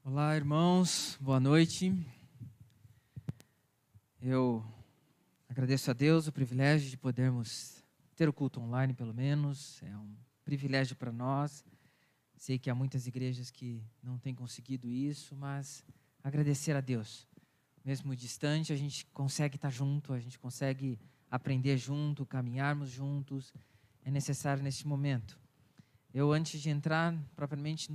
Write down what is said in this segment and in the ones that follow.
Olá, irmãos, boa noite. Eu agradeço a Deus o privilégio de podermos ter o culto online, pelo menos. É um privilégio para nós. Sei que há muitas igrejas que não têm conseguido isso, mas agradecer a Deus. Mesmo distante, a gente consegue estar junto, a gente consegue aprender junto, caminharmos juntos. É necessário neste momento. Eu, antes de entrar propriamente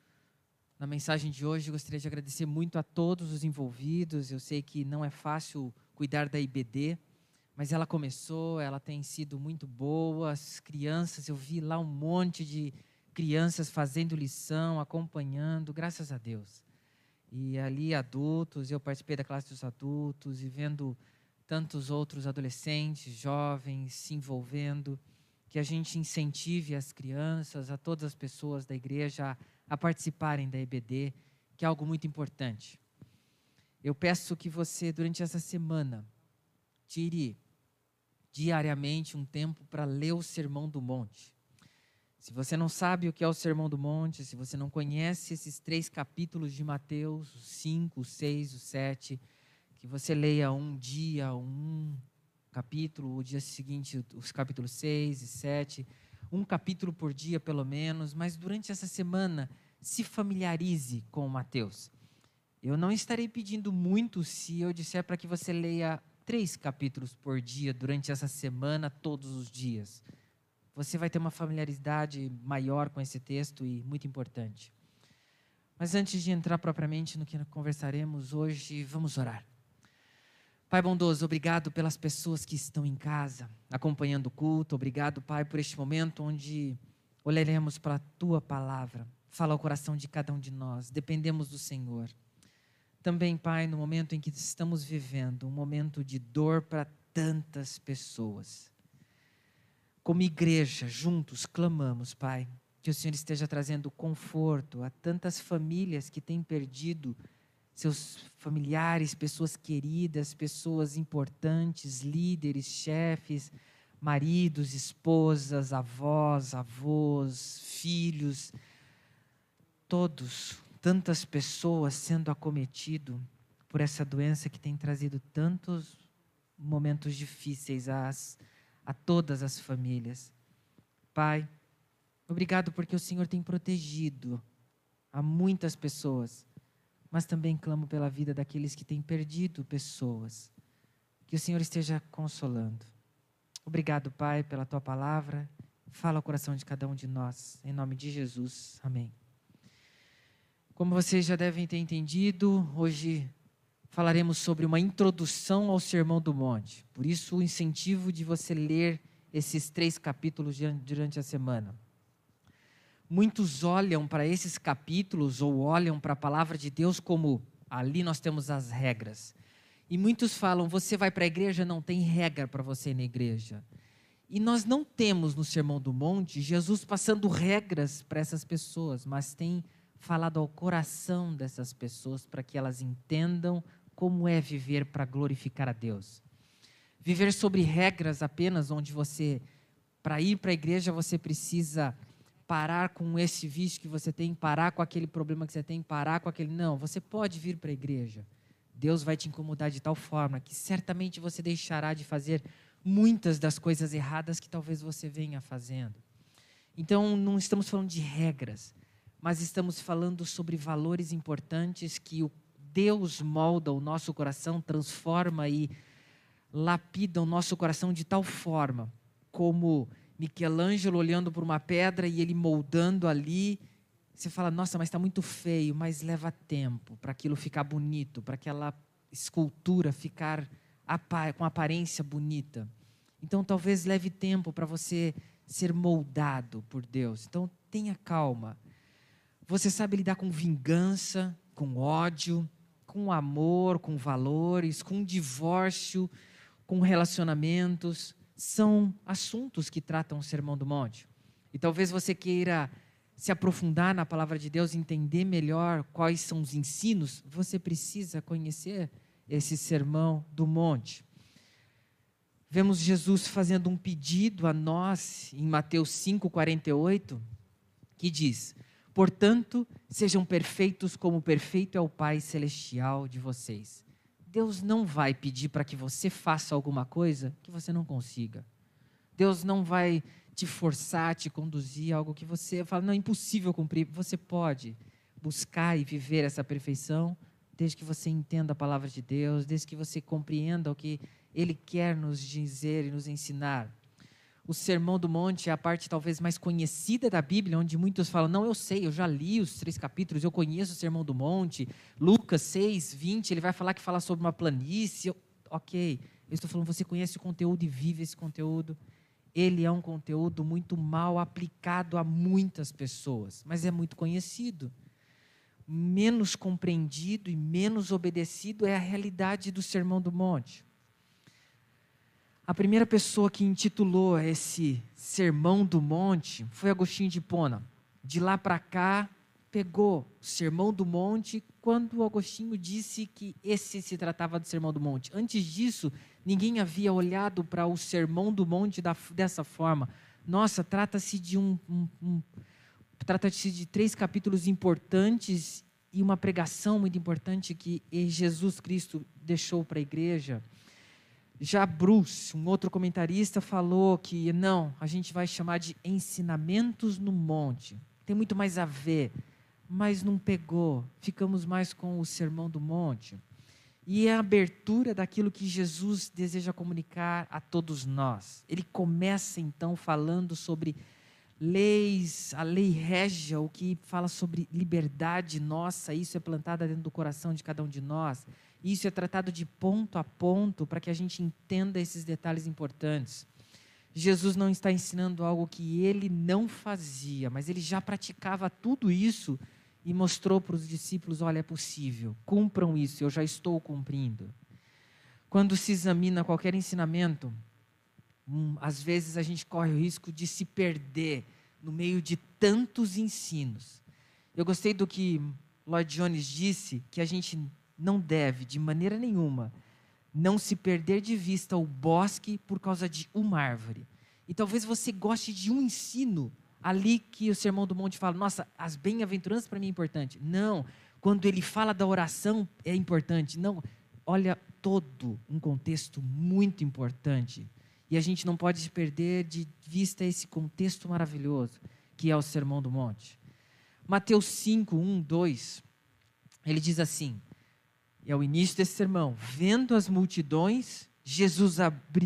na mensagem de hoje, eu gostaria de agradecer muito a todos os envolvidos. Eu sei que não é fácil cuidar da IBD, mas ela começou, ela tem sido muito boa. As crianças, eu vi lá um monte de crianças fazendo lição, acompanhando, graças a Deus. E ali adultos, eu participei da classe dos adultos e vendo tantos outros adolescentes, jovens se envolvendo, que a gente incentive as crianças, a todas as pessoas da igreja a participarem da EBD, que é algo muito importante. Eu peço que você, durante essa semana, tire diariamente um tempo para ler o Sermão do Monte. Se você não sabe o que é o Sermão do Monte, se você não conhece esses 3 capítulos de Mateus, o 5, o 6, o 7, que você leia um dia, um capítulo, o dia seguinte os capítulos 6 e 7, um capítulo por dia pelo menos, mas durante essa semana se familiarize com Mateus. Eu não estarei pedindo muito se eu disser para que você leia 3 capítulos por dia durante essa semana, todos os dias. Você vai ter uma familiaridade maior com esse texto e muito importante. Mas antes de entrar propriamente no que conversaremos hoje, vamos orar. Pai bondoso, obrigado pelas pessoas que estão em casa, acompanhando o culto. Obrigado, Pai, por este momento onde olharemos para a Tua palavra. Fala ao coração de cada um de nós, dependemos do Senhor. Também, Pai, no momento em que estamos vivendo, um momento de dor para tantas pessoas. Como igreja, juntos, clamamos, Pai, que o Senhor esteja trazendo conforto a tantas famílias que têm perdido seus familiares, pessoas queridas, pessoas importantes, líderes, chefes, maridos, esposas, avós, avós, filhos, todos, tantas pessoas sendo acometidas por essa doença que tem trazido tantos momentos difíceis a todas as famílias. Pai, obrigado porque o Senhor tem protegido a muitas pessoas, mas também clamo pela vida daqueles que têm perdido pessoas. Que o Senhor esteja consolando. Obrigado, Pai, pela Tua palavra. Fala ao coração de cada um de nós. Em nome de Jesus. Amém. Como vocês já devem ter entendido, hoje falaremos sobre uma introdução ao Sermão do Monte. Por isso, o incentivo de você ler esses 3 capítulos durante a semana. Muitos olham para esses capítulos ou olham para a palavra de Deus como ali nós temos as regras. E muitos falam, você vai para a igreja, não tem regra para você ir na igreja. E nós não temos no Sermão do Monte Jesus passando regras para essas pessoas, mas tem falado ao coração dessas pessoas para que elas entendam como é viver para glorificar a Deus. Viver sobre regras apenas, onde você, para ir para a igreja, você precisa parar com esse vício que você tem, parar com aquele problema que você tem, parar com aquele... Não, você pode vir para a igreja. Deus vai te incomodar de tal forma que certamente você deixará de fazer muitas das coisas erradas que talvez você venha fazendo. Então, não estamos falando de regras, mas estamos falando sobre valores importantes que o Deus molda o nosso coração, transforma e lapida o nosso coração de tal forma, como Michelangelo olhando para uma pedra e ele moldando ali. Você fala, nossa, mas está muito feio, mas leva tempo para aquilo ficar bonito, para aquela escultura ficar com aparência bonita. Então, talvez leve tempo para você ser moldado por Deus. Então, tenha calma. Você sabe lidar com vingança, com ódio, com amor, com valores, com divórcio, com relacionamentos. São assuntos que tratam o Sermão do Monte. E talvez você queira se aprofundar na palavra de Deus, entender melhor quais são os ensinos, você precisa conhecer esse Sermão do Monte. Vemos Jesus fazendo um pedido a nós em Mateus 5:48, que diz: Portanto, sejam perfeitos como perfeito é o Pai Celestial de vocês. Deus não vai pedir para que você faça alguma coisa que você não consiga. Deus não vai te forçar, te conduzir a algo que você fala, não, é impossível cumprir. Você pode buscar e viver essa perfeição, desde que você entenda a palavra de Deus, desde que você compreenda o que Ele quer nos dizer e nos ensinar. O Sermão do Monte é a parte talvez mais conhecida da Bíblia, onde muitos falam, não, eu sei, eu já li os 3 capítulos, eu conheço o Sermão do Monte. Lucas 6, 20, ele vai falar que fala sobre uma planície. Ok, eu estou falando, você conhece o conteúdo e vive esse conteúdo. Ele é um conteúdo muito mal aplicado a muitas pessoas, mas é muito conhecido. Menos compreendido e menos obedecido é a realidade do Sermão do Monte. A primeira pessoa que intitulou esse Sermão do Monte foi Agostinho de Hipona. De lá para cá, pegou o Sermão do Monte quando Agostinho disse que esse se tratava do Sermão do Monte. Antes disso, ninguém havia olhado para o Sermão do Monte dessa forma. Nossa, trata-se de trata-se de 3 capítulos importantes e uma pregação muito importante que Jesus Cristo deixou para a igreja. Já Bruce, um outro comentarista, falou que não, a gente vai chamar de ensinamentos no monte. Tem muito mais a ver, mas não pegou. Ficamos mais com o Sermão do Monte. E é a abertura daquilo que Jesus deseja comunicar a todos nós. Ele começa então falando sobre leis, a lei régia, o que fala sobre liberdade nossa, isso é plantado dentro do coração de cada um de nós. Isso é tratado de ponto a ponto para que a gente entenda esses detalhes importantes. Jesus não está ensinando algo que ele não fazia, mas ele já praticava tudo isso e mostrou para os discípulos, olha, é possível, cumpram isso, eu já estou cumprindo. Quando se examina qualquer ensinamento, às vezes a gente corre o risco de se perder no meio de tantos ensinos. Eu gostei do que Lloyd Jones disse, que a gente não deve, de maneira nenhuma, não se perder de vista o bosque por causa de uma árvore. E talvez você goste de um ensino ali que o Sermão do Monte fala, nossa, as bem-aventuranças para mim é importante. Não, quando ele fala da oração é importante. Não, olha todo um contexto muito importante. E a gente não pode se perder de vista esse contexto maravilhoso que é o Sermão do Monte. Mateus 5, 1, 2, ele diz assim, é o início desse sermão, vendo as multidões, Jesus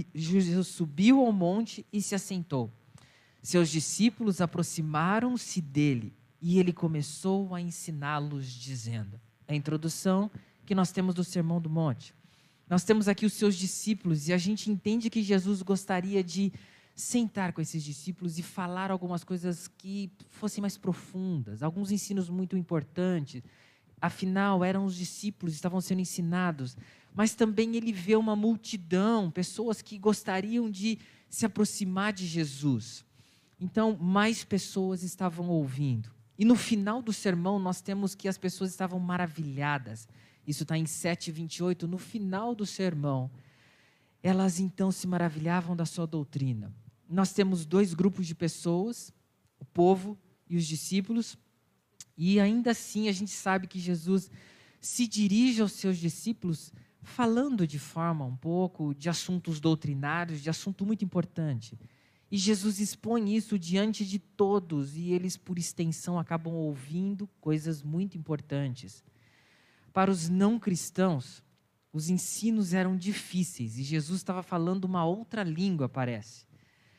subiu ao monte e se assentou. Seus discípulos aproximaram-se dele e ele começou a ensiná-los dizendo, a introdução que nós temos do Sermão do Monte. Nós temos aqui os seus discípulos e a gente entende que Jesus gostaria de sentar com esses discípulos e falar algumas coisas que fossem mais profundas, alguns ensinos muito importantes. Afinal, eram os discípulos, estavam sendo ensinados, mas também ele vê uma multidão, pessoas que gostariam de se aproximar de Jesus. Então, mais pessoas estavam ouvindo. E no final do sermão, nós temos que as pessoas estavam maravilhadas. Isso está em 7:28, no final do sermão. Elas então se maravilhavam da sua doutrina. Nós temos 2 grupos de pessoas, o povo e os discípulos. E ainda assim a gente sabe que Jesus se dirige aos seus discípulos falando de forma um pouco de assuntos doutrinários, de assunto muito importante. E Jesus expõe isso diante de todos e eles, por extensão, acabam ouvindo coisas muito importantes. Para os não cristãos, os ensinos eram difíceis e Jesus estava falando uma outra língua, parece.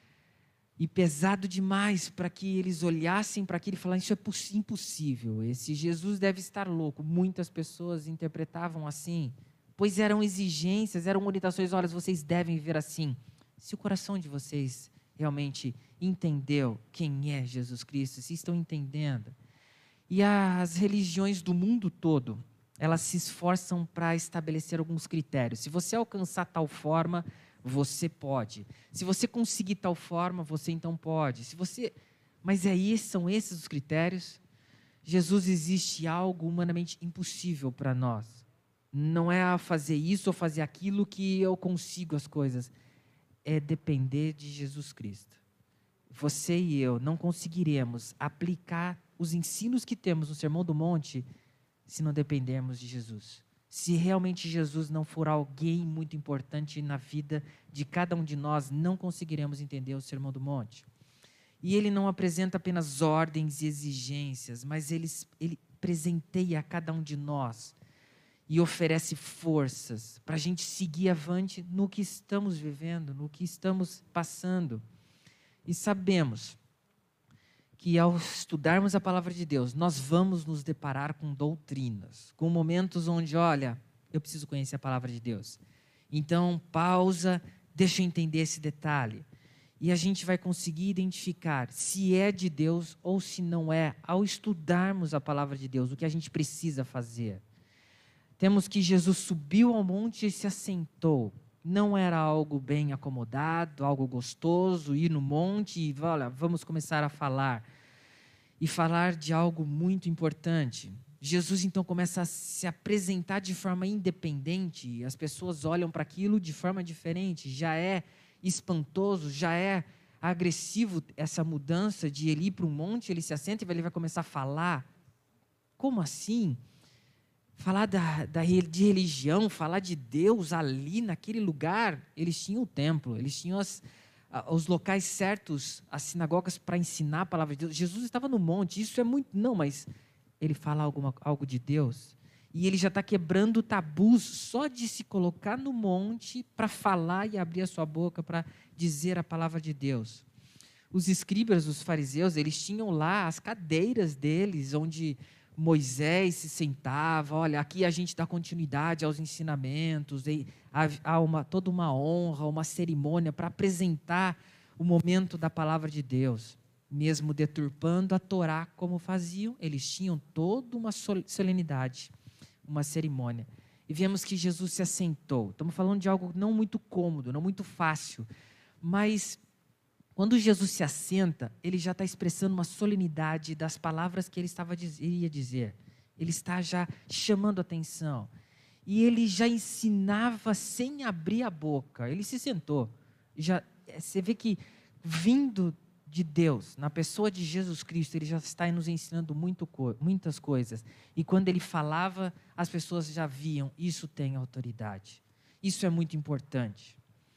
E pesado demais para que eles olhassem para aquilo e falassem, isso é impossível, esse Jesus deve estar louco. Muitas pessoas interpretavam assim, pois eram exigências, eram orientações, olha, vocês devem ver assim. Se o coração de vocês realmente entendeu quem é Jesus Cristo, se estão entendendo. E as religiões do mundo todo, elas se esforçam para estabelecer alguns critérios. Se você alcançar tal forma, você pode. Se você conseguir tal forma, você então pode. Mas são esses os critérios? Jesus, existe algo humanamente impossível para nós. Não é a fazer isso ou fazer aquilo que eu consigo as coisas. É depender de Jesus Cristo. Você e eu não conseguiremos aplicar os ensinos que temos no Sermão do Monte se não dependermos de Jesus. Se realmente Jesus não for alguém muito importante na vida de cada um de nós, não conseguiremos entender o Sermão do Monte. E ele não apresenta apenas ordens e exigências, mas ele presenteia a cada um de nós e oferece forças para a gente seguir avante no que estamos vivendo, no que estamos passando. E sabemos que ao estudarmos a palavra de Deus, nós vamos nos deparar com doutrinas, com momentos onde, olha, eu preciso conhecer a palavra de Deus. Então, pausa, deixa eu entender esse detalhe. E a gente vai conseguir identificar se é de Deus ou se não é, ao estudarmos a palavra de Deus, o que a gente precisa fazer. Temos que Jesus subiu ao monte e se assentou. Não era algo bem acomodado, algo gostoso, ir no monte e, olha, vamos começar a falar. E falar de algo muito importante. Jesus, então, começa a se apresentar de forma independente, e as pessoas olham para aquilo de forma diferente. Já é espantoso, já é agressivo essa mudança de ele ir para um monte, ele se assenta e ele vai começar a falar. Como assim? Falar de religião, falar de Deus ali naquele lugar. Eles tinham o templo, eles tinham os locais certos, as sinagogas para ensinar a palavra de Deus. Jesus estava no monte, isso é muito... Não, mas ele fala algo de Deus. E ele já está quebrando tabus só de se colocar no monte para falar e abrir a sua boca para dizer a palavra de Deus. Os escribas, os fariseus, eles tinham lá as cadeiras deles, onde Moisés se sentava. Olha, aqui a gente dá continuidade aos ensinamentos, há toda uma honra, uma cerimônia para apresentar o momento da palavra de Deus. Mesmo deturpando a Torá como faziam, eles tinham toda uma solenidade, uma cerimônia. E vemos que Jesus se assentou. Estamos falando de algo não muito cômodo, não muito fácil, mas quando Jesus se assenta, ele já está expressando uma solenidade das palavras que ele iria dizer. Ele está já chamando atenção. E ele já ensinava sem abrir a boca. Ele se sentou. Você vê que, vindo de Deus, na pessoa de Jesus Cristo, ele já está nos ensinando muitas coisas. E quando ele falava, as pessoas já viam, isso tem autoridade. Isso é muito importante.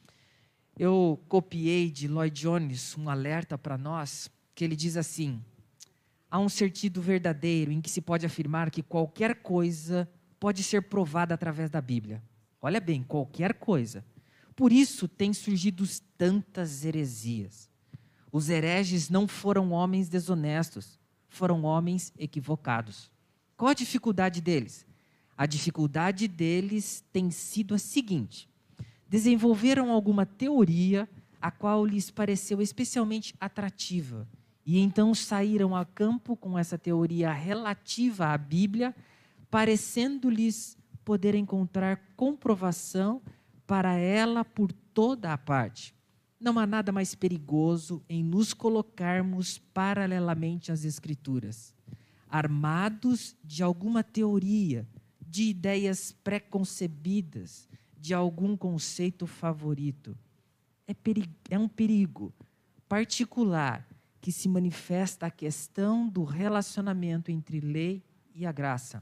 Eu copiei de Lloyd Jones um alerta para nós, que ele diz assim: há um sentido verdadeiro em que se pode afirmar que qualquer coisa pode ser provada através da Bíblia. Olha bem, qualquer coisa. Por isso têm surgido tantas heresias. Os hereges não foram homens desonestos, foram homens equivocados. Qual a dificuldade deles? A dificuldade deles tem sido a seguinte: desenvolveram alguma teoria a qual lhes pareceu especialmente atrativa, e então saíram a campo com essa teoria relativa à Bíblia, parecendo-lhes poder encontrar comprovação para ela por toda a parte. Não há nada mais perigoso em nos colocarmos paralelamente às Escrituras, armados de alguma teoria, de ideias pré-concebidas, de algum conceito favorito. É um perigo particular que se manifesta a questão do relacionamento entre lei e a graça.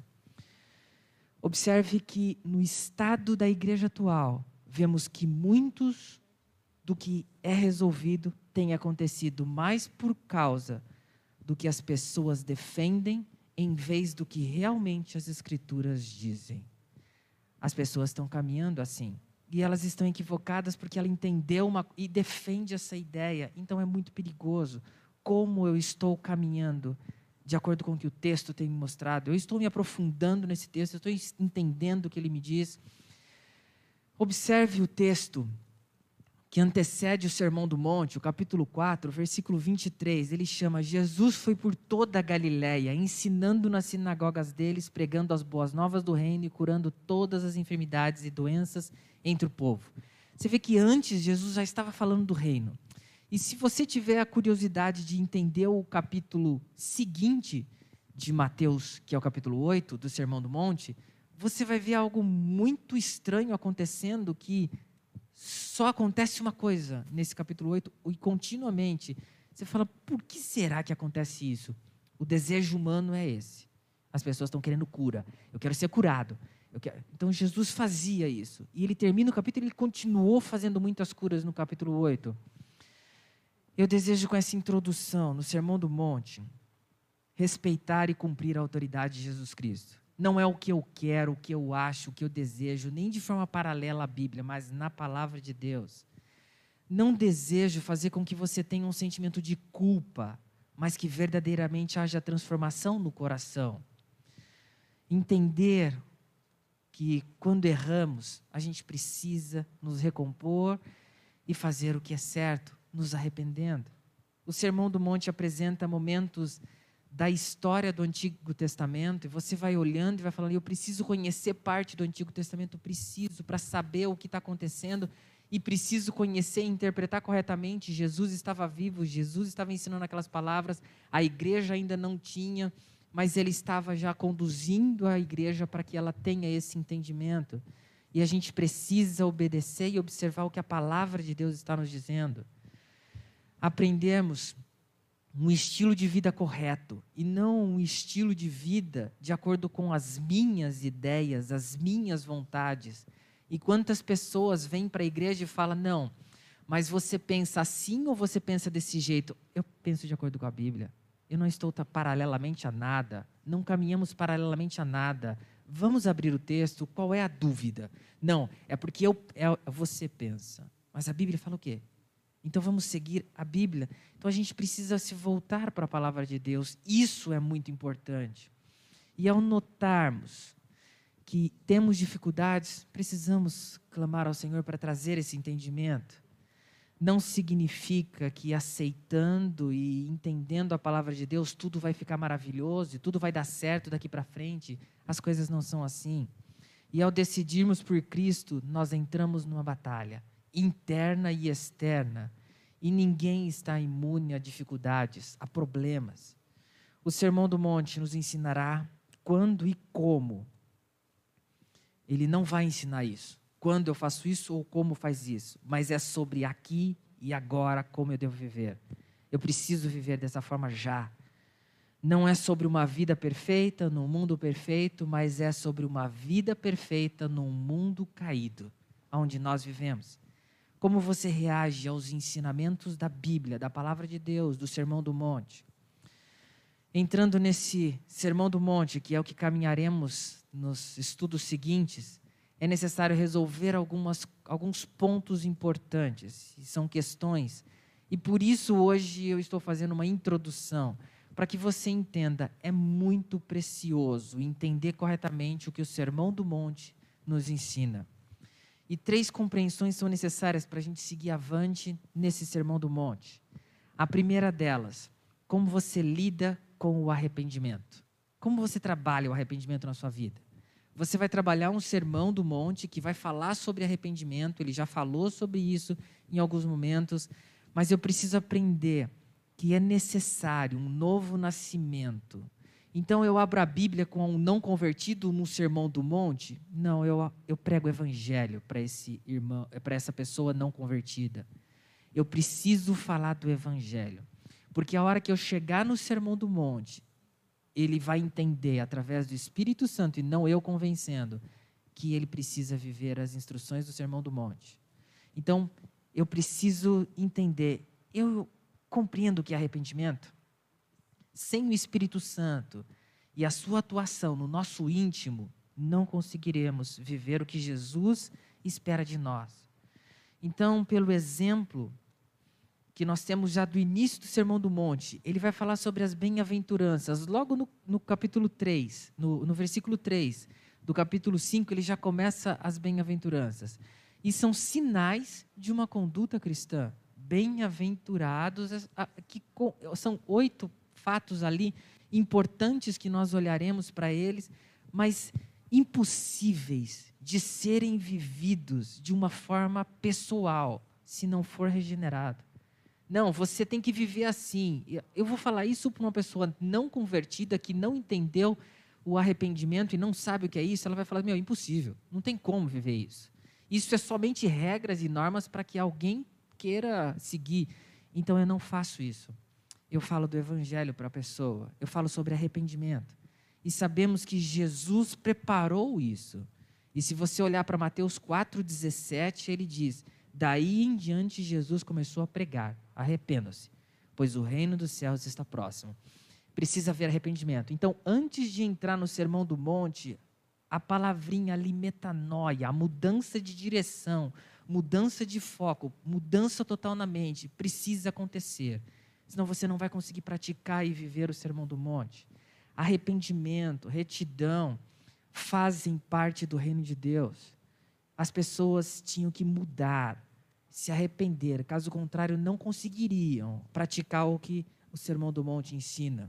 Observe que no estado da igreja atual, vemos que muitos do que é resolvido tem acontecido mais por causa do que as pessoas defendem, em vez do que realmente as Escrituras dizem. As pessoas estão caminhando assim, e elas estão equivocadas porque ela entendeu e defende essa ideia. Então é muito perigoso. Como eu estou caminhando de acordo com o que o texto tem me mostrado? Eu estou me aprofundando nesse texto, eu estou entendendo o que ele me diz. Observe o texto que antecede o Sermão do Monte, o capítulo 4, versículo 23, ele chama: Jesus foi por toda a Galileia, ensinando nas sinagogas deles, pregando as boas novas do reino e curando todas as enfermidades e doenças entre o povo. Você vê que antes Jesus já estava falando do reino. E se você tiver a curiosidade de entender o capítulo seguinte de Mateus, que é o capítulo 8 do Sermão do Monte, você vai ver algo muito estranho acontecendo, que só acontece uma coisa nesse capítulo 8 e continuamente. Você fala, por que será que acontece isso? O desejo humano é esse. As pessoas estão querendo cura. Eu quero ser curado. Então Jesus fazia isso. E ele termina o capítulo e ele continuou fazendo muitas curas no capítulo 8. Eu desejo, com essa introdução no Sermão do Monte, respeitar e cumprir a autoridade de Jesus Cristo. Não é o que eu quero, o que eu acho, o que eu desejo, nem de forma paralela à Bíblia, mas na palavra de Deus. Não desejo fazer com que você tenha um sentimento de culpa, mas que verdadeiramente haja transformação no coração. Entender que quando erramos, a gente precisa nos recompor e fazer o que é certo, nos arrependendo. O Sermão do Monte apresenta momentos da história do Antigo Testamento, e você vai olhando e vai falando, eu preciso conhecer parte do Antigo Testamento, preciso, para saber o que está acontecendo, e preciso conhecer e interpretar corretamente. Jesus estava vivo, Jesus estava ensinando aquelas palavras, a igreja ainda não tinha, mas ele estava já conduzindo a igreja para que ela tenha esse entendimento. E a gente precisa obedecer e observar o que a palavra de Deus está nos dizendo. Aprendemos um estilo de vida correto e não um estilo de vida de acordo com as minhas ideias, as minhas vontades. E quantas pessoas vêm para a igreja e falam, não, mas você pensa assim ou você pensa desse jeito? Eu penso de acordo com a Bíblia. Eu não estou paralelamente a nada, não caminhamos paralelamente a nada. Vamos abrir o texto, qual é a dúvida? Não, é porque você pensa. Mas a Bíblia fala o quê? Então vamos seguir a Bíblia. Então a gente precisa se voltar para a palavra de Deus. Isso é muito importante. E ao notarmos que temos dificuldades, precisamos clamar ao Senhor para trazer esse entendimento. Não significa que aceitando e entendendo a palavra de Deus, tudo vai ficar maravilhoso e tudo vai dar certo daqui para frente. As coisas não são assim. E ao decidirmos por Cristo, nós entramos numa batalha interna e externa. E ninguém está imune a dificuldades, a problemas. O Sermão do Monte nos ensinará quando e como. Ele não vai ensinar isso. Quando eu faço isso ou como faz isso. Mas é sobre aqui e agora como eu devo viver. Eu preciso viver dessa forma já. Não é sobre uma vida perfeita, num mundo perfeito, mas é sobre uma vida perfeita num mundo caído, onde nós vivemos. Como você reage aos ensinamentos da Bíblia, da Palavra de Deus, do Sermão do Monte? Entrando nesse Sermão do Monte, que é o que caminharemos nos estudos seguintes, é necessário resolver alguns pontos importantes, e são questões. E por isso hoje eu estou fazendo uma introdução, para que você entenda, é muito precioso entender corretamente o que o Sermão do Monte nos ensina. E 3 compreensões são necessárias para a gente seguir avante nesse Sermão do Monte. A primeira delas, como você lida com o arrependimento. Como você trabalha o arrependimento na sua vida? Você vai trabalhar um Sermão do Monte que vai falar sobre arrependimento, ele já falou sobre isso em alguns momentos, mas eu preciso aprender que é necessário um novo nascimento. Então eu abro a Bíblia com um não convertido no Sermão do Monte? Não, eu prego o Evangelho para esse irmão, para essa pessoa não convertida. Eu preciso falar do Evangelho, porque a hora que eu chegar no Sermão do Monte, ele vai entender através do Espírito Santo e não eu convencendo que ele precisa viver as instruções do Sermão do Monte. Então eu preciso entender. Eu compreendo o que é arrependimento. Sem o Espírito Santo e a sua atuação no nosso íntimo, não conseguiremos viver o que Jesus espera de nós. Então, pelo exemplo que nós temos já do início do Sermão do Monte, ele vai falar sobre as bem-aventuranças. Logo no capítulo 3, no versículo 3 do capítulo 5, ele já começa as bem-aventuranças. E são sinais de uma conduta cristã. Bem-aventurados, são 8 fatos ali importantes que nós olharemos para eles, mas impossíveis de serem vividos de uma forma pessoal, se não for regenerado. Não, você tem que viver assim. Eu vou falar isso para uma pessoa não convertida, que não entendeu o arrependimento e não sabe o que é isso, ela vai falar, impossível, não tem como viver isso. Isso é somente regras e normas para que alguém queira seguir. Então eu não faço isso. eu falo do evangelho para a pessoa, eu falo sobre arrependimento. E sabemos que Jesus preparou isso. E se você olhar para Mateus 4,17, ele diz: daí em diante Jesus começou a pregar: arrependam-se, pois o reino dos céus está próximo. Precisa haver arrependimento. Então, antes de entrar no Sermão do Monte, a palavrinha ali, metanoia, a mudança de direção, mudança de foco, mudança total na mente, precisa acontecer. Senão você não vai conseguir praticar e viver o Sermão do Monte. Arrependimento, retidão, fazem parte do reino de Deus. As pessoas tinham que mudar, se arrepender, caso contrário não conseguiriam praticar o que o Sermão do Monte ensina.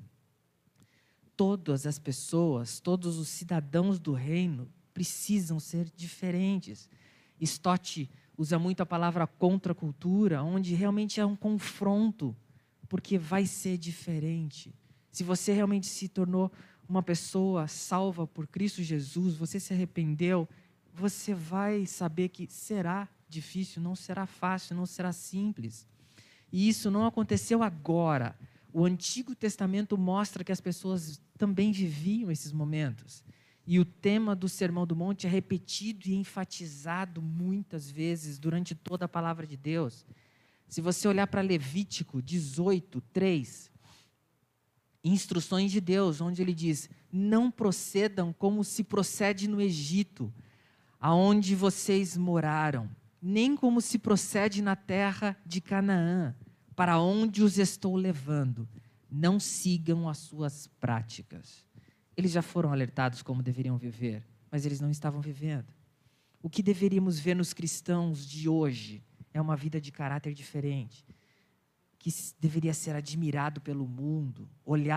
Todas as pessoas, todos os cidadãos do reino precisam ser diferentes. Stott usa muito a palavra contracultura, onde realmente é um confronto, porque vai ser diferente. Se você realmente se tornou uma pessoa salva por Cristo Jesus, você se arrependeu, você vai saber que será difícil, não será fácil, não será simples. E isso não aconteceu agora. O Antigo Testamento mostra que as pessoas também viviam esses momentos. E o tema do Sermão do Monte é repetido e enfatizado muitas vezes durante toda a palavra de Deus. Se você olhar para Levítico 18:3, instruções de Deus, onde ele diz: não procedam como se procede no Egito, aonde vocês moraram, nem como se procede na terra de Canaã, para onde os estou levando. Não sigam as suas práticas. Eles já foram alertados como deveriam viver, mas eles não estavam vivendo. O que deveríamos ver nos cristãos de hoje é uma vida de caráter diferente, que deveria ser admirado pelo mundo,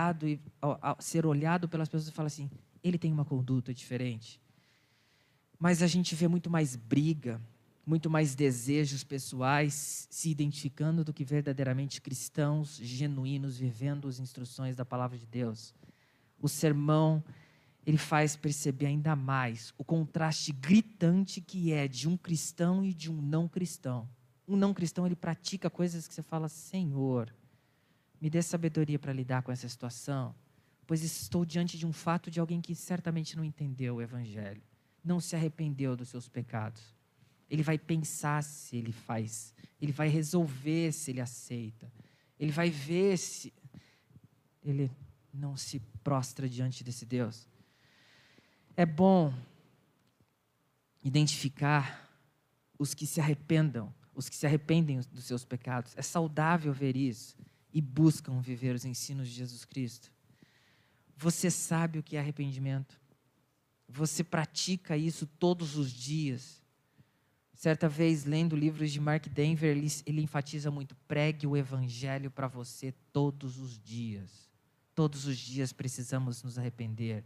ser olhado pelas pessoas e falar assim: ele tem uma conduta diferente. Mas a gente vê muito mais briga, muito mais desejos pessoais se identificando do que verdadeiramente cristãos genuínos vivendo as instruções da palavra de Deus. O sermão, ele faz perceber ainda mais o contraste gritante que é de um cristão e de um não cristão. Um não cristão, ele pratica coisas que você fala: Senhor, me dê sabedoria para lidar com essa situação, pois estou diante de um fato de alguém que certamente não entendeu o evangelho, não se arrependeu dos seus pecados. Ele vai pensar se ele faz, ele vai resolver se ele aceita, ele vai ver se ele não se prostra diante desse Deus. É bom identificar os que se arrependem dos seus pecados. É saudável ver isso e buscam viver os ensinos de Jesus Cristo. Você sabe o que é arrependimento? Você pratica isso todos os dias? Certa vez, lendo livros de Mark Dever, ele enfatiza muito: pregue o evangelho para você todos os dias. Todos os dias precisamos nos arrepender.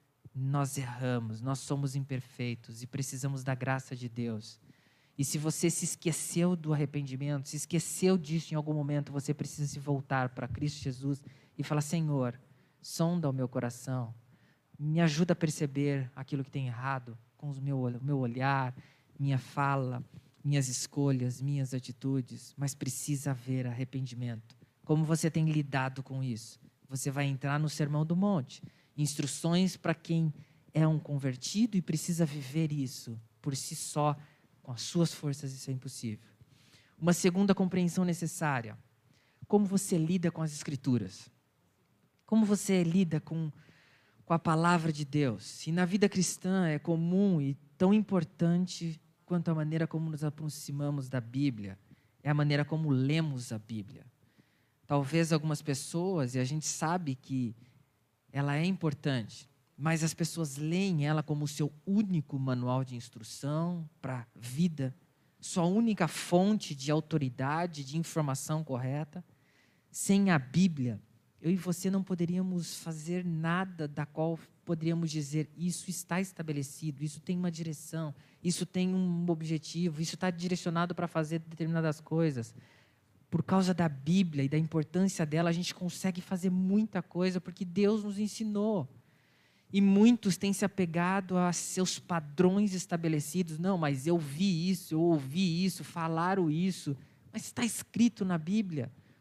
Nós erramos, nós somos imperfeitos e precisamos da graça de Deus. E se você se esqueceu do arrependimento, se esqueceu disso em algum momento, você precisa se voltar para Cristo Jesus e falar: Senhor, sonda o meu coração, me ajuda a perceber aquilo que tem errado com o meu olhar, minha fala, minhas escolhas, minhas atitudes, mas precisa haver arrependimento. Como você tem lidado com isso? Você vai entrar no Sermão do Monte, instruções para quem é um convertido e precisa viver isso por si só. Com as suas forças isso é impossível. Uma segunda compreensão necessária: como você lida com as Escrituras? Como você lida com a palavra de Deus? E na vida cristã é comum e tão importante quanto a maneira como nos aproximamos da Bíblia, é a maneira como lemos a Bíblia. Talvez algumas pessoas, e a gente sabe que ela é importante, mas as pessoas leem ela como o seu único manual de instrução para a vida, sua única fonte de autoridade, de informação correta. Sem a Bíblia, eu e você não poderíamos fazer nada da qual poderíamos dizer: isso está estabelecido, isso tem uma direção, isso tem um objetivo, isso está direcionado para fazer determinadas coisas. Por causa da Bíblia e da importância dela, a gente consegue fazer muita coisa, porque Deus nos ensinou. E muitos têm se apegado a seus padrões estabelecidos. Não, mas eu vi isso, eu ouvi isso, falaram isso. Mas está escrito na Bíblia.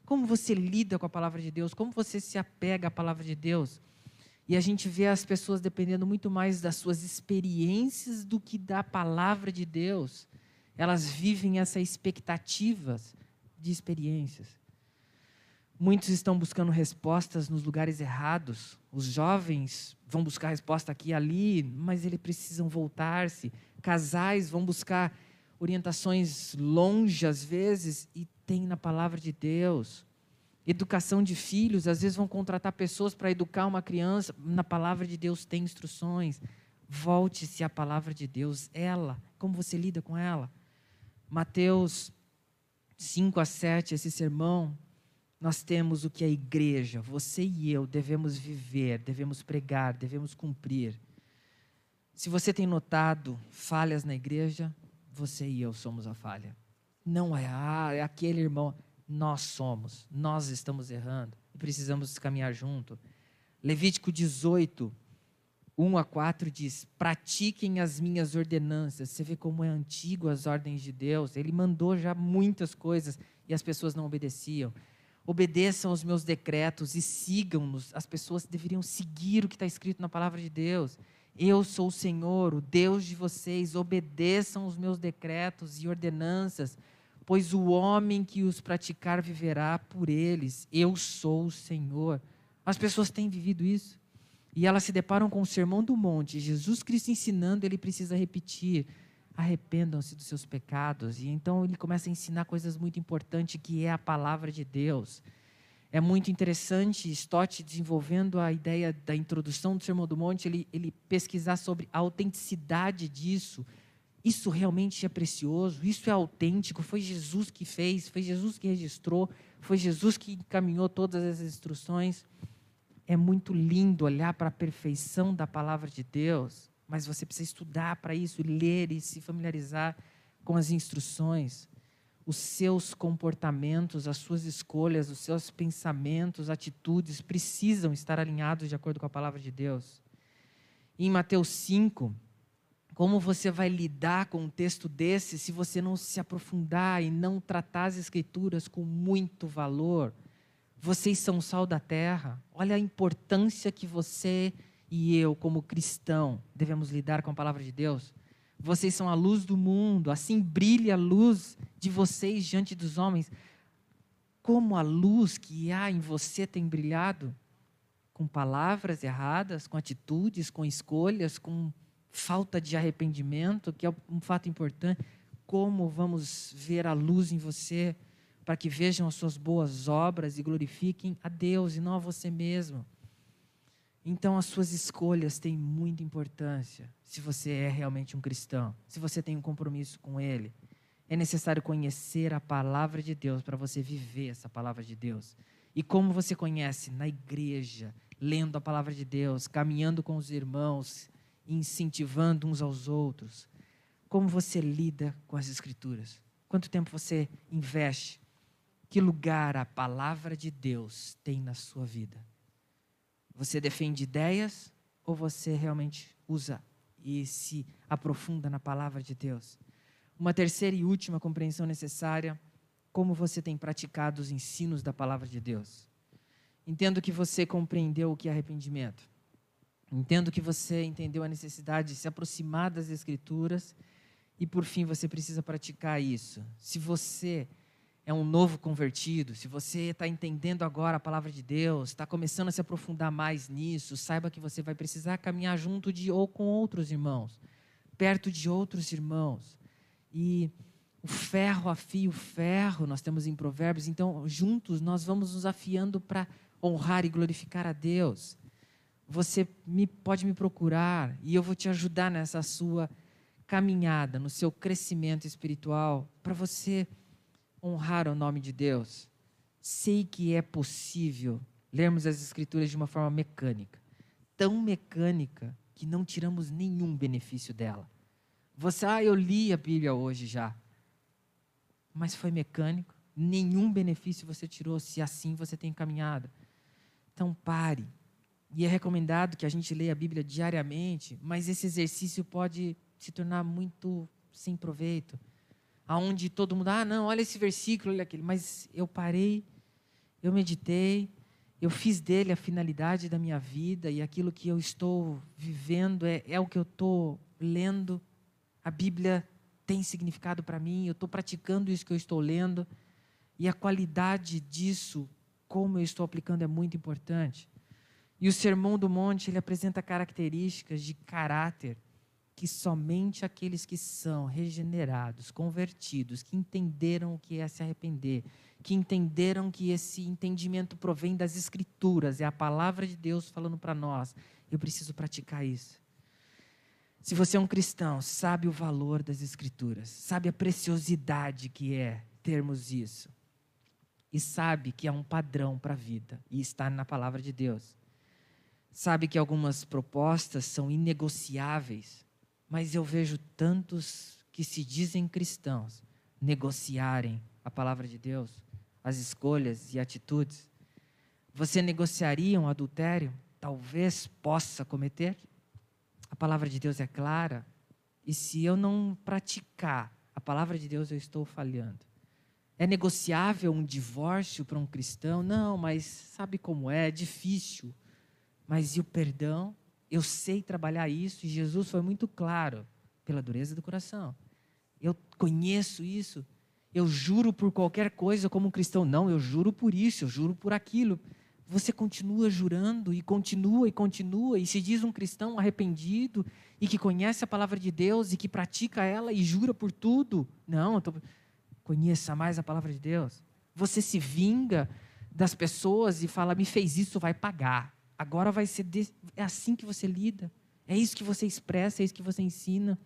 Como você lida com a palavra de Deus? Como você se apega à palavra de Deus? E a gente vê as pessoas dependendo muito mais das suas experiências do que da palavra de Deus. Elas vivem essa expectativa de experiências. Muitos estão buscando respostas nos lugares errados. Os jovens vão buscar resposta aqui e ali, mas eles precisam voltar-se. Casais vão buscar orientações longe, às vezes, e tem na palavra de Deus. Educação de filhos, às vezes vão contratar pessoas para educar uma criança. Na palavra de Deus tem instruções. Volte-se à palavra de Deus. Ela, como você lida com ela? Mateus 5-7, esse sermão, nós temos o que a igreja, você e eu, devemos viver, devemos pregar, devemos cumprir. Se você tem notado falhas na igreja, você e eu somos a falha. Não é aquele irmão. Nós estamos errando e precisamos caminhar junto. Levítico 18, 1-4 diz: pratiquem as minhas ordenanças. Você vê como é antigo as ordens de Deus. Ele mandou já muitas coisas e as pessoas não obedeciam. Obedeçam aos meus decretos e sigam-nos. As pessoas deveriam seguir o que está escrito na palavra de Deus. Eu sou o Senhor, o Deus de vocês. Obedeçam os meus decretos e ordenanças, pois o homem que os praticar viverá por eles. Eu sou o Senhor. As pessoas têm vivido isso. E elas se deparam com o Sermão do Monte. Jesus Cristo ensinando, ele precisa repetir: arrependam-se dos seus pecados. E então ele começa a ensinar coisas muito importantes, que é a palavra de Deus. É muito interessante Stott, desenvolvendo a ideia da introdução do Sermão do Monte, ele pesquisar sobre a autenticidade disso. Isso realmente é precioso, isso é autêntico, foi Jesus que fez, foi Jesus que registrou, foi Jesus que encaminhou todas as instruções. É muito lindo olhar para a perfeição da palavra de Deus, mas você precisa estudar para isso, ler e se familiarizar com as instruções. Os seus comportamentos, as suas escolhas, os seus pensamentos, atitudes precisam estar alinhados de acordo com a palavra de Deus. E em Mateus 5, como você vai lidar com um texto desse se você não se aprofundar e não tratar as Escrituras com muito valor? Vocês são o sal da terra. Olha a importância que você e eu, como cristão, devemos lidar com a palavra de Deus. Vocês são a luz do mundo, assim brilha a luz de vocês diante dos homens. Como a luz que há em você tem brilhado? Com palavras erradas, com atitudes, com escolhas, com falta de arrependimento, que é um fato importante. Como vamos ver a luz em você, para que vejam as suas boas obras e glorifiquem a Deus e não a você mesmo? Então, as suas escolhas têm muita importância, se você é realmente um cristão, se você tem um compromisso com Ele. É necessário conhecer a palavra de Deus para você viver essa palavra de Deus. E como você conhece? Na igreja, lendo a palavra de Deus, caminhando com os irmãos, incentivando uns aos outros. Como você lida com as Escrituras? Quanto tempo você investe? Que lugar a palavra de Deus tem na sua vida? Você defende ideias ou você realmente usa e se aprofunda na palavra de Deus? Uma terceira e última compreensão necessária: como você tem praticado os ensinos da palavra de Deus? Entendo que você compreendeu o que é arrependimento. Entendo que você entendeu a necessidade de se aproximar das Escrituras e, por fim, você precisa praticar isso. Se você é um novo convertido, se você está entendendo agora a palavra de Deus, está começando a se aprofundar mais nisso, saiba que você vai precisar caminhar junto de ou com outros irmãos, perto de outros irmãos. E o ferro afia o ferro, nós temos em Provérbios. Então, juntos nós vamos nos afiando para honrar e glorificar a Deus. Você pode me procurar e eu vou te ajudar nessa sua caminhada, no seu crescimento espiritual, para você honrar o nome de Deus. Sei que é possível lermos as Escrituras de uma forma mecânica, tão mecânica que não tiramos nenhum benefício dela. Eu li a Bíblia hoje já, mas foi mecânico, nenhum benefício você tirou, se assim você tem caminhado. Então pare. E é recomendado que a gente leia a Bíblia diariamente, mas esse exercício pode se tornar muito sem proveito. Aonde todo mundo, não, olha esse versículo, olha aquele. Mas eu parei eu meditei, eu fiz dele a finalidade da minha vida e aquilo que eu estou vivendo é o que eu estou lendo. A Bíblia tem significado para mim, eu estou praticando isso que eu estou lendo e a qualidade disso, como eu estou aplicando, é muito importante. E o Sermão do Monte, ele apresenta características de caráter que somente aqueles que são regenerados, convertidos, que entenderam o que é se arrepender, que entenderam que esse entendimento provém das Escrituras, é a palavra de Deus falando para nós, eu preciso praticar isso. Se você é um cristão, sabe o valor das Escrituras, sabe a preciosidade que é termos isso, e sabe que há um padrão para a vida, e está na palavra de Deus. Sabe que algumas propostas são inegociáveis, mas eu vejo tantos que se dizem cristãos negociarem a palavra de Deus, as escolhas e atitudes. Você negociaria um adultério? Talvez possa cometer. A palavra de Deus é clara. E se eu não praticar a palavra de Deus, eu estou falhando. É negociável um divórcio para um cristão? Não, mas sabe como é? É difícil. Mas e o perdão? Eu sei trabalhar isso e Jesus foi muito claro, pela dureza do coração. Eu conheço isso, eu juro por qualquer coisa como um cristão. Não, eu juro por isso, eu juro por aquilo. Você continua jurando e continua, e se diz um cristão arrependido e que conhece a palavra de Deus e que pratica ela e jura por tudo. Não, conheça mais a palavra de Deus. Você se vinga das pessoas e fala, me fez isso, vai pagar. Agora vai ser, é assim que você lida, é isso que você expressa, é isso que você ensina.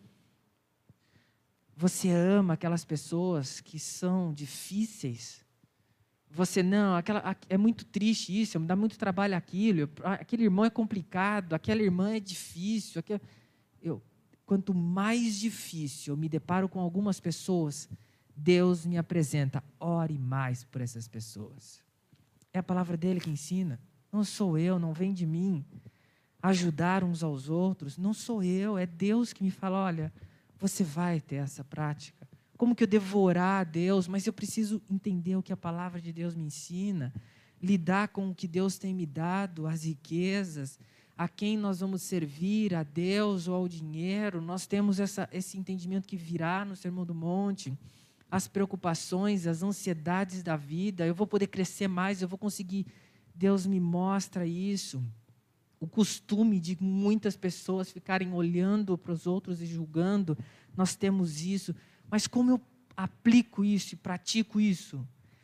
Você ama aquelas pessoas que são difíceis. Você não, é muito triste isso, me dá muito trabalho aquilo, aquele irmão é complicado, aquela irmã é difícil. Quanto mais difícil eu me deparo com algumas pessoas, Deus me apresenta, ore mais por essas pessoas. É a palavra dele que ensina. Não sou eu, não vem de mim. Ajudar uns aos outros, não sou eu, é Deus que me fala, olha, você vai ter essa prática. Como que eu devo orar a Deus? Mas eu preciso entender o que a palavra de Deus me ensina, lidar com o que Deus tem me dado, as riquezas, a quem nós vamos servir, a Deus ou ao dinheiro. Nós temos esse entendimento que virá no Sermão do Monte, as preocupações, as ansiedades da vida, eu vou poder crescer mais, eu vou conseguir. Deus me mostra isso. O costume de muitas pessoas ficarem olhando para os outros e julgando, nós temos isso. Mas como eu aplico isso e pratico isso?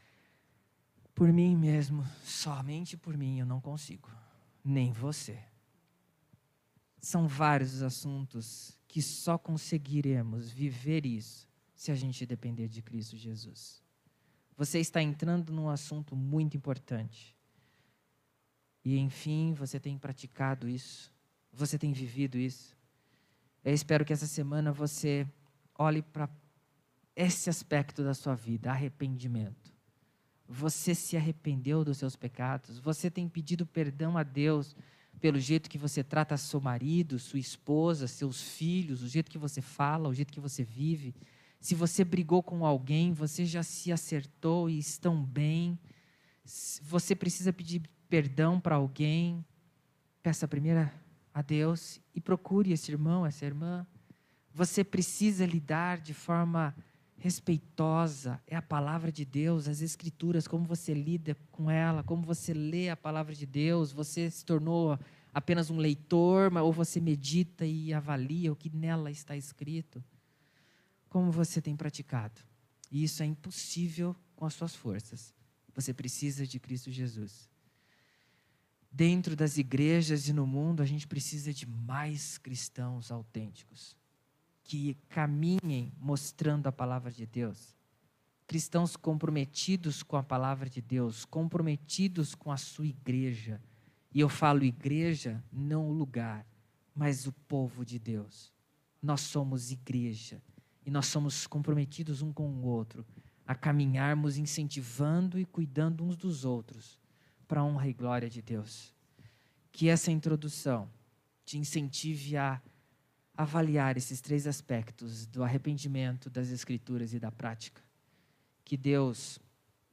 Por mim mesmo, somente por mim eu não consigo, nem você. São vários os assuntos que só conseguiremos viver isso se a gente depender de Cristo Jesus. Você está entrando num assunto muito importante. E, enfim, você tem praticado isso, você tem vivido isso. Eu espero que essa semana você olhe para esse aspecto da sua vida, arrependimento. Você se arrependeu dos seus pecados, você tem pedido perdão a Deus pelo jeito que você trata seu marido, sua esposa, seus filhos, o jeito que você fala, o jeito que você vive. Se você brigou com alguém, você já se acertou e estão bem. Você precisa pedir perdão para alguém, peça primeiro a Deus e procure esse irmão, essa irmã. Você precisa lidar de forma respeitosa, é a palavra de Deus, as Escrituras, como você lida com ela, como você lê a palavra de Deus. Você se tornou apenas um leitor, ou você medita e avalia o que nela está escrito? Como você tem praticado? E isso é impossível com as suas forças. Você precisa de Cristo Jesus. Dentro das igrejas e no mundo, a gente precisa de mais cristãos autênticos, que caminhem mostrando a palavra de Deus. Cristãos comprometidos com a palavra de Deus, comprometidos com a sua igreja. E eu falo igreja, não o lugar, mas o povo de Deus. Nós somos igreja e nós somos comprometidos um com o outro, a caminharmos incentivando e cuidando uns dos outros, para a honra e glória de Deus. Que essa introdução te incentive a avaliar esses 3 aspectos do arrependimento, das Escrituras e da prática. Que Deus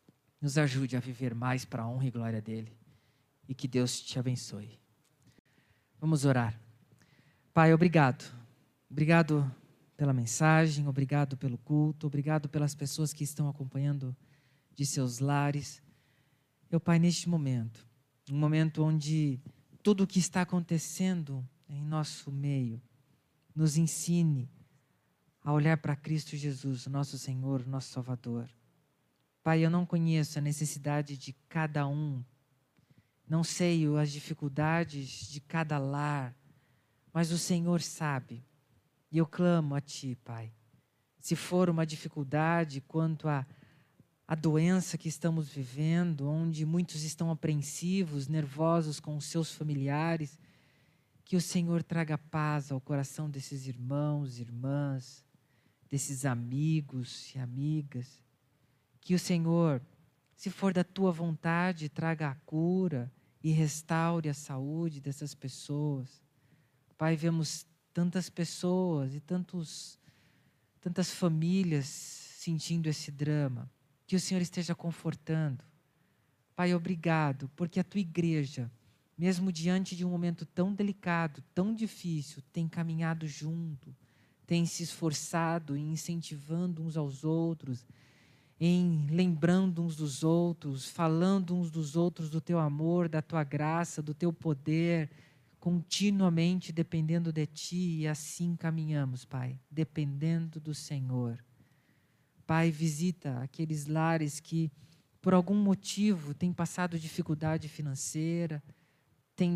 Nos ajude a viver mais para a honra e glória dele. E que Deus te abençoe. Vamos orar. Pai, obrigado. Obrigado pela mensagem, obrigado pelo culto, obrigado pelas pessoas que estão acompanhando de seus lares. Meu Pai, neste momento, um momento onde tudo o que está acontecendo em nosso meio nos ensine a olhar para Cristo Jesus, nosso Senhor, nosso Salvador. Pai, eu não conheço a necessidade de cada um, não sei as dificuldades de cada lar, mas o Senhor sabe. E eu clamo a Ti, Pai. Se for uma dificuldade quanto à doença que estamos vivendo, onde muitos estão apreensivos, nervosos com os seus familiares, que o Senhor traga paz ao coração desses irmãos, irmãs, desses amigos e amigas. Que o Senhor, se for da Tua vontade, traga a cura e restaure a saúde dessas pessoas. Pai, vemos tantas pessoas e tantas famílias sentindo esse drama. Que o Senhor esteja confortando. Pai, obrigado, porque a Tua igreja, mesmo diante de um momento tão delicado, tão difícil, tem caminhado junto, tem se esforçado em incentivando uns aos outros, em lembrando uns dos outros, falando uns dos outros do Teu amor, da Tua graça, do Teu poder, continuamente dependendo de Ti, e assim caminhamos, Pai, dependendo do Senhor. Pai, visita aqueles lares que, por algum motivo, têm passado dificuldade financeira, têm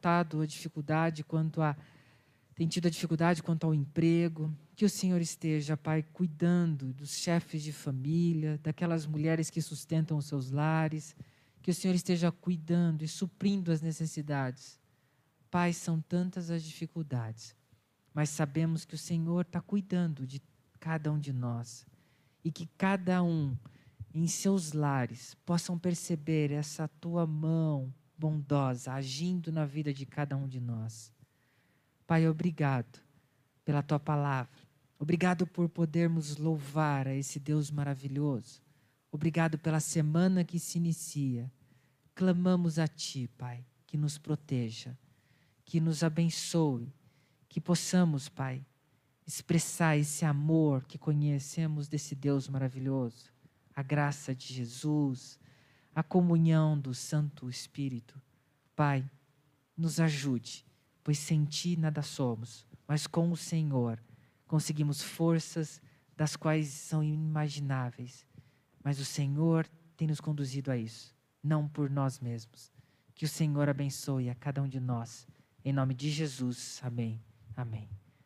tido a dificuldade quanto ao emprego. Que o Senhor esteja, Pai, cuidando dos chefes de família, daquelas mulheres que sustentam os seus lares. Que o Senhor esteja cuidando e suprindo as necessidades. Pai, são tantas as dificuldades, mas sabemos que o Senhor está cuidando de cada um de nós. E que cada um, em seus lares, possam perceber essa Tua mão bondosa agindo na vida de cada um de nós. Pai, obrigado pela Tua palavra. Obrigado por podermos louvar a esse Deus maravilhoso. Obrigado pela semana que se inicia. Clamamos a Ti, Pai, que nos proteja, que nos abençoe, que possamos, Pai, expressar esse amor que conhecemos desse Deus maravilhoso, a graça de Jesus, a comunhão do Santo Espírito. Pai, nos ajude, pois sem Ti nada somos, mas com o Senhor conseguimos forças das quais são inimagináveis. Mas o Senhor tem nos conduzido a isso, não por nós mesmos. Que o Senhor abençoe a cada um de nós. Em nome de Jesus, amém. Amém.